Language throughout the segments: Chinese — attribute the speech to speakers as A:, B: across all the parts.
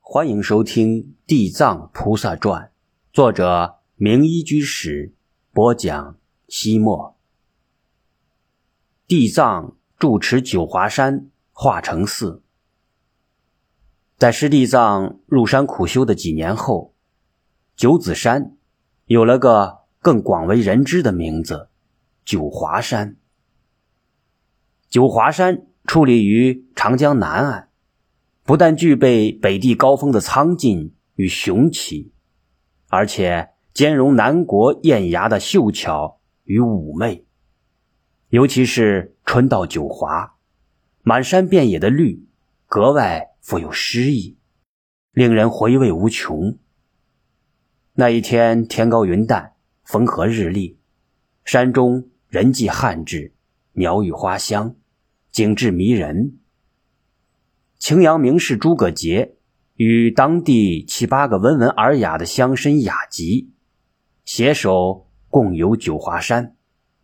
A: 欢迎收听《地藏菩萨传》，作者明一居士播讲西末。地藏住持九华山化成寺。在师地藏入山苦修的几年后，九子山有了个更广为人知的名字——九华山。九华山矗立于长江南岸，不但具备北地高峰的苍劲与雄奇，而且兼容南国艳崖的秀巧与妩媚。尤其是春到九华，满山遍野的绿格外富有诗意，令人回味无穷。那一天天高云淡，风和日丽，山中人迹罕至，鸟语花香，景致迷人。青阳名士诸葛节与当地7、8个温文尔雅的乡绅雅集携手共游九华山。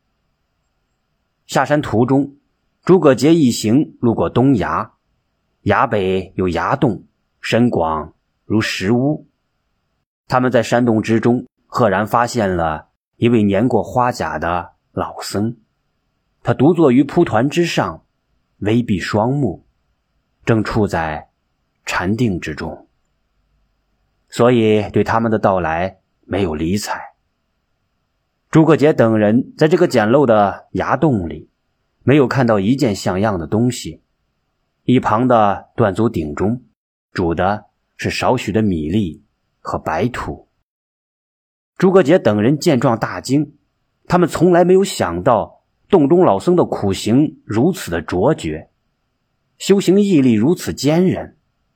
A: 下山途中，诸葛节一行路过东崖，崖北有崖洞，深广如石屋。他们在山洞之中赫然发现了一位年过花甲的老僧，他独坐于蒲团之上，微闭双目，正处在禅定之中，所以对他们的到来没有理睬。诸葛节等人在这个简陋的崖洞里没有看到一件像样的东西，一旁的断足鼎中煮的是少许的米粒和白土。诸葛节等人见状大惊，他们从来没有想到洞中老僧的苦行如此的卓绝，修行毅力如此坚韧。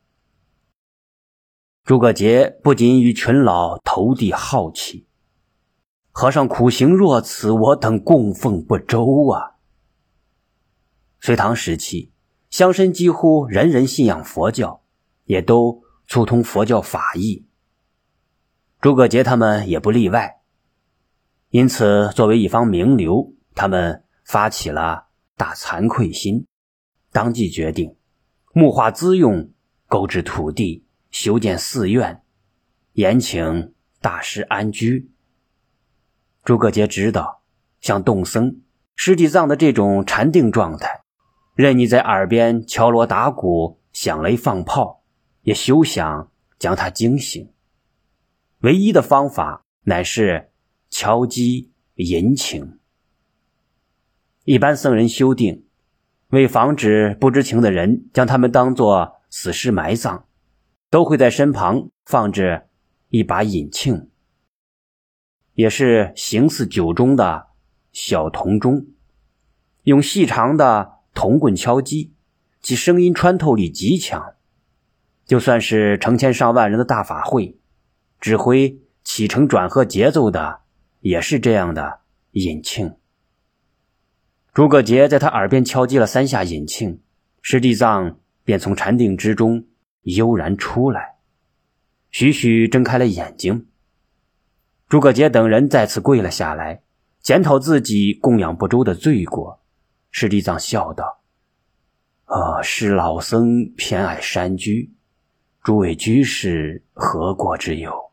A: 诸葛节不仅与群老投地好奇，和尚苦行若此，我等供奉不周啊！隋唐时期，乡绅几乎人人信仰佛教，也都粗通佛教法义，诸葛节他们也不例外。因此作为一方名流，他们发起了大惭愧心，当即决定募化资用，购置土地，修建寺院，延请大师安居。诸葛节知道，像洞僧、师地藏的这种禅定状态，任你在耳边敲锣打鼓、响雷放炮，也休想将他惊醒。唯一的方法乃是敲击引请。一般僧人修定，为防止不知情的人将他们当作死尸埋葬，都会在身旁放置一把引磬，也是形似酒盅的小铜钟，用细长的铜棍敲击，其声音穿透力极强。就算是成千上万人的大法会，指挥起承转合节奏的也是这样的引磬。诸葛节在他耳边敲击了3下引磬，师地藏便从禅定之中悠然出来，徐徐睁开了眼睛。诸葛节等人再次跪了下来，检讨自己供养不周的罪过。师地藏笑道：是老僧偏爱山居，诸位居士何过之有？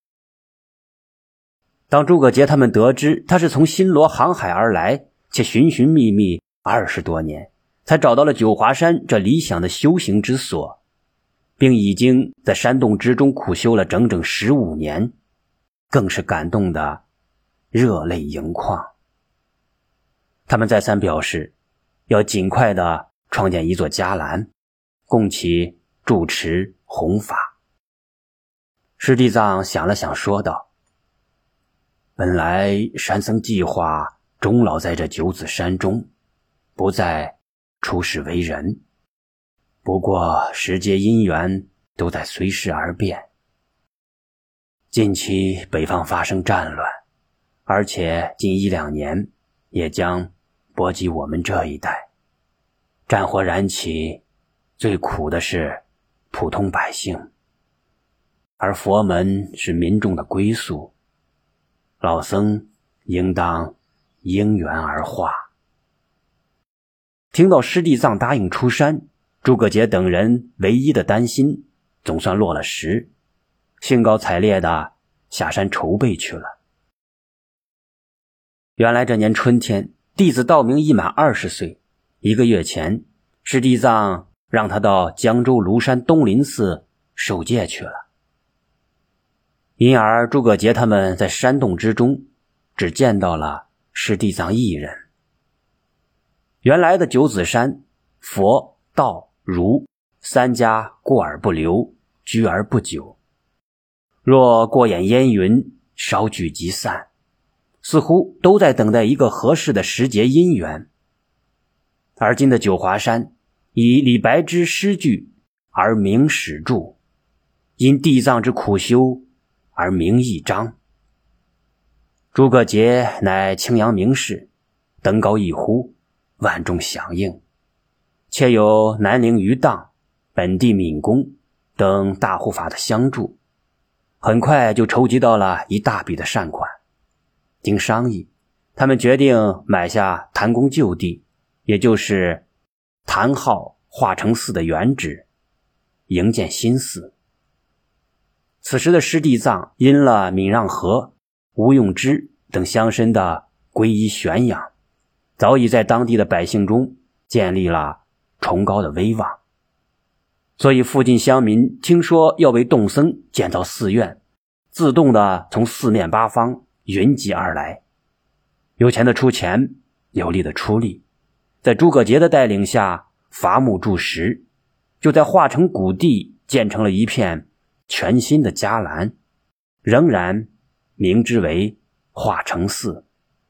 A: 当诸葛节他们得知他是从新罗航海而来，且寻寻觅觅20多年，才找到了九华山这理想的修行之所，并已经在山洞之中苦修了整整15年，更是感动得热泪盈眶。他们再三表示要尽快地创建一座伽蓝，供其住持弘法。师地藏想了想说道：本来山僧计划终老在这九子山中，不再出世为人，不过时节因缘都在随时而变。近期北方发生战乱，而且近1、2年也将波及我们这一带。战火燃起，最苦的是普通百姓，而佛门是民众的归宿，老僧应当因缘而化。听到师地藏答应出山，诸葛节等人唯一的担心总算落了实，兴高采烈地下山筹备去了。原来这年春天，弟子道明已满20岁，1个月前，师弟藏让他到江州庐山东林寺受戒去了。因而诸葛节他们在山洞之中只见到了师弟藏一人。原来的九子山，佛道儒3家过而不留，居而不久，若过眼烟云，稍聚即散，似乎都在等待一个合适的时节因缘。而今的九华山以李白之诗句而名史著，因地藏之苦修而名义章。诸葛节乃青阳名士，登高一呼，万众响应，且有南陵余荡、本地闵公等大护法的相助，很快就筹集到了一大笔的善款。经商议，他们决定买下谭公旧地，也就是谭号化成寺的原址，营建新寺。此时的师弟藏因了闵让和、吴用之等乡绅的皈依宣扬，早已在当地的百姓中建立了崇高的威望。所以附近乡民听说要为洞僧建造寺院，自动的从四面八方云集而来，有钱的出钱，有力的出力，在诸葛节的带领下伐木筑石，就在化成谷地建成了一片全新的伽蓝，仍然名之为化成寺。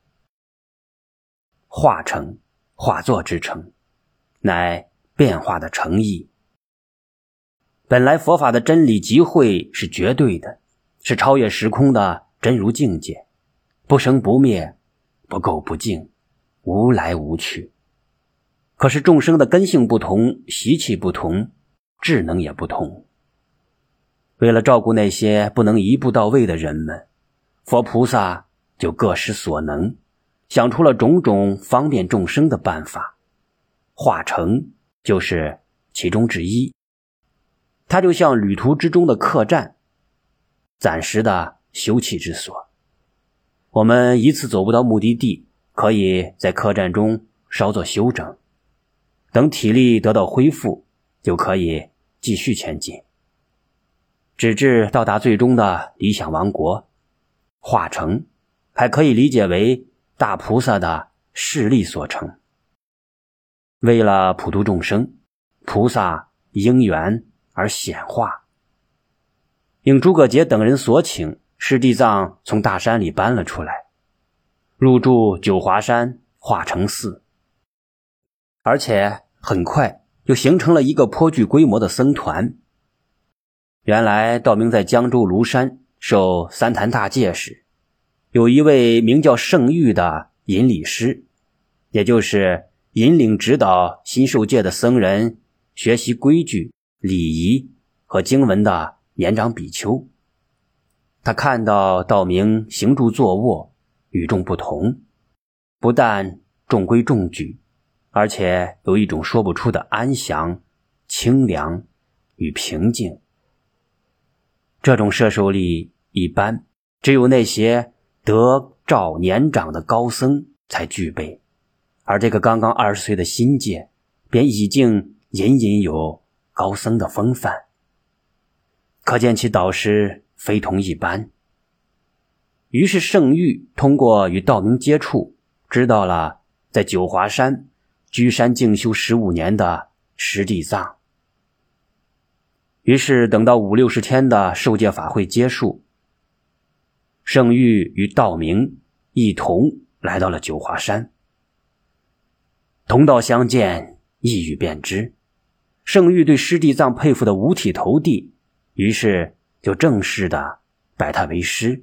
A: 化成，化作之成，乃变化的成意。本来佛法的真理集会是绝对的，是超越时空的真如境界，不生不灭，不垢不净，无来无去。可是众生的根性不同，习气不同，智能也不同。为了照顾那些不能一步到位的人们，佛菩萨就各施所能，想出了种种方便众生的办法。化成就是其中之一。它就像旅途之中的客栈，暂时的休憩之所。我们一次走不到目的地，可以在客栈中稍作休整，等体力得到恢复，就可以继续前进，直至到达最终的理想王国。化成还可以理解为大菩萨的势力所成。为了普度众生，菩萨因缘而显化。应诸葛节等人所请，师弟藏从大山里搬了出来，入住九华山化成寺，而且很快就形成了一个颇具规模的僧团。原来道明在江州庐山受三坛大戒时，有一位名叫圣玉的引礼师，也就是引领指导新受戒的僧人学习规矩、礼仪和经文的年长比丘。他看到道明行住坐卧与众不同，不但中规中矩，而且有一种说不出的安详、清凉与平静。这种摄受力一般只有那些得照年长的高僧才具备，而这个刚刚20岁的新戒便已经隐隐有高僧的风范，可见其导师非同一般。于是圣玉通过与道明接触，知道了在九华山居山静修15年的师弟藏。于是等到50、60天的受戒法会结束，圣玉与道明一同来到了九华山。同道相见，一语便知，圣玉对师弟藏佩服的五体投地，于是就正式的拜他为师。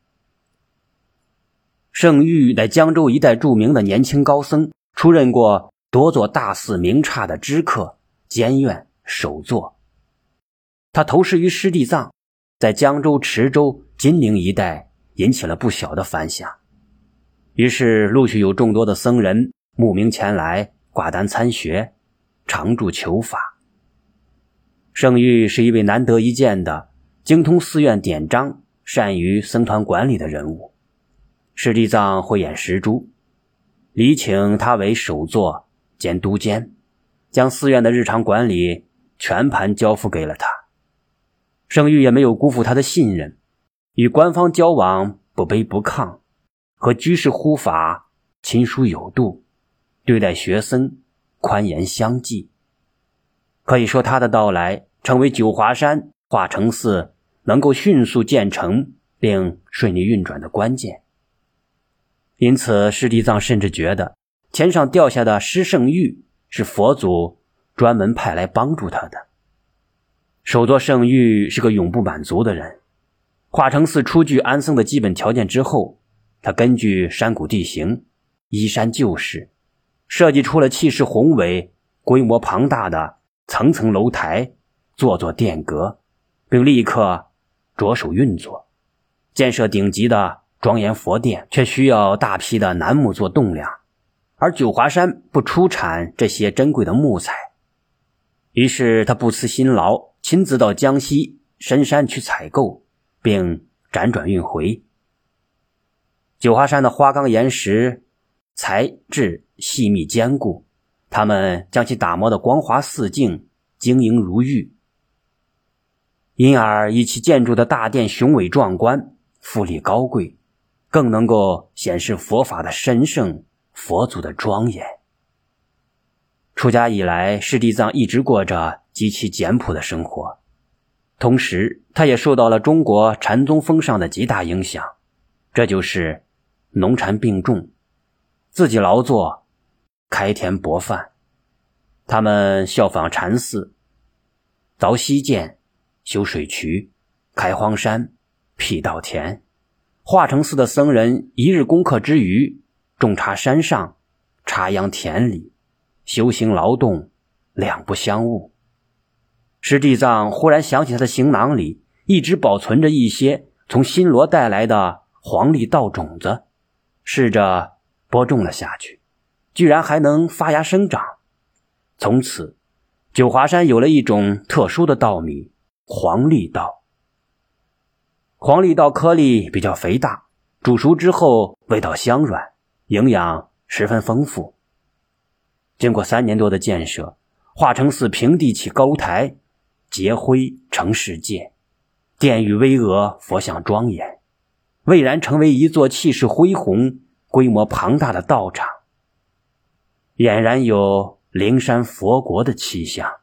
A: 圣玉乃江州一带著名的年轻高僧，出任过多座大寺名刹的知客、监院、首座。他投师于师弟藏，在江州、池州、金陵一带引起了不小的反响，于是陆续有众多的僧人慕名前来挂单参学，常住求法。 圣玉是一位难得一见的精通寺院典章、善于僧团管理的人物。释地藏慧眼识珠，礼请他为首座兼督监，将寺院的日常管理全盘交付给了他。圣玉也没有辜负他的信任，与官方交往不卑不亢，和居士护法亲疏有度，对待学僧宽严相济。可以说他的到来成为九华山化成寺能够迅速建成并顺利运转的关键。因此释地藏甚至觉得天上掉下的施圣玉是佛祖专门派来帮助他的。首座圣玉是个永不满足的人，化成寺初具安僧的基本条件之后，他根据山谷地形依山就势，设计出了气势宏伟、规模庞大的层层楼台、座座殿阁，并立刻着手运作。建设顶级的庄严佛殿却需要大批的楠木做栋梁，而九华山不出产这些珍贵的木材，于是他不辞辛劳，亲自到江西深山去采购，并辗转运回。九华山的花岗岩石材质细密坚固，他们将其打磨得光滑似镜，晶莹如玉，因而以其建筑的大殿雄伟壮观，富丽高贵，更能够显示佛法的神圣，佛祖的庄严。出家以来，释地藏一直过着极其简朴的生活，同时他也受到了中国禅宗风尚的极大影响，这就是农禅并重，自己劳作，开田薄饭。他们效仿禅寺，凿溪涧，修水渠，开荒山，辟稻田。化成寺的僧人一日功课之余，种茶山上，插秧田里，修行劳动两不相误。释地藏忽然想起他的行囊里一直保存着一些从新罗带来的黄历稻种子，试着播种了下去，居然还能发芽生长。从此九华山有了一种特殊的稻米，黄历稻。黄历稻颗粒比较肥大，煮熟之后味道香软，营养十分丰富。经过3年多的建设，化成寺平地起高台，结辉成世界，殿宇巍峨，佛像庄严，蔚然成为一座气势恢宏、规模庞大的道场，俨然有灵山佛国的气象。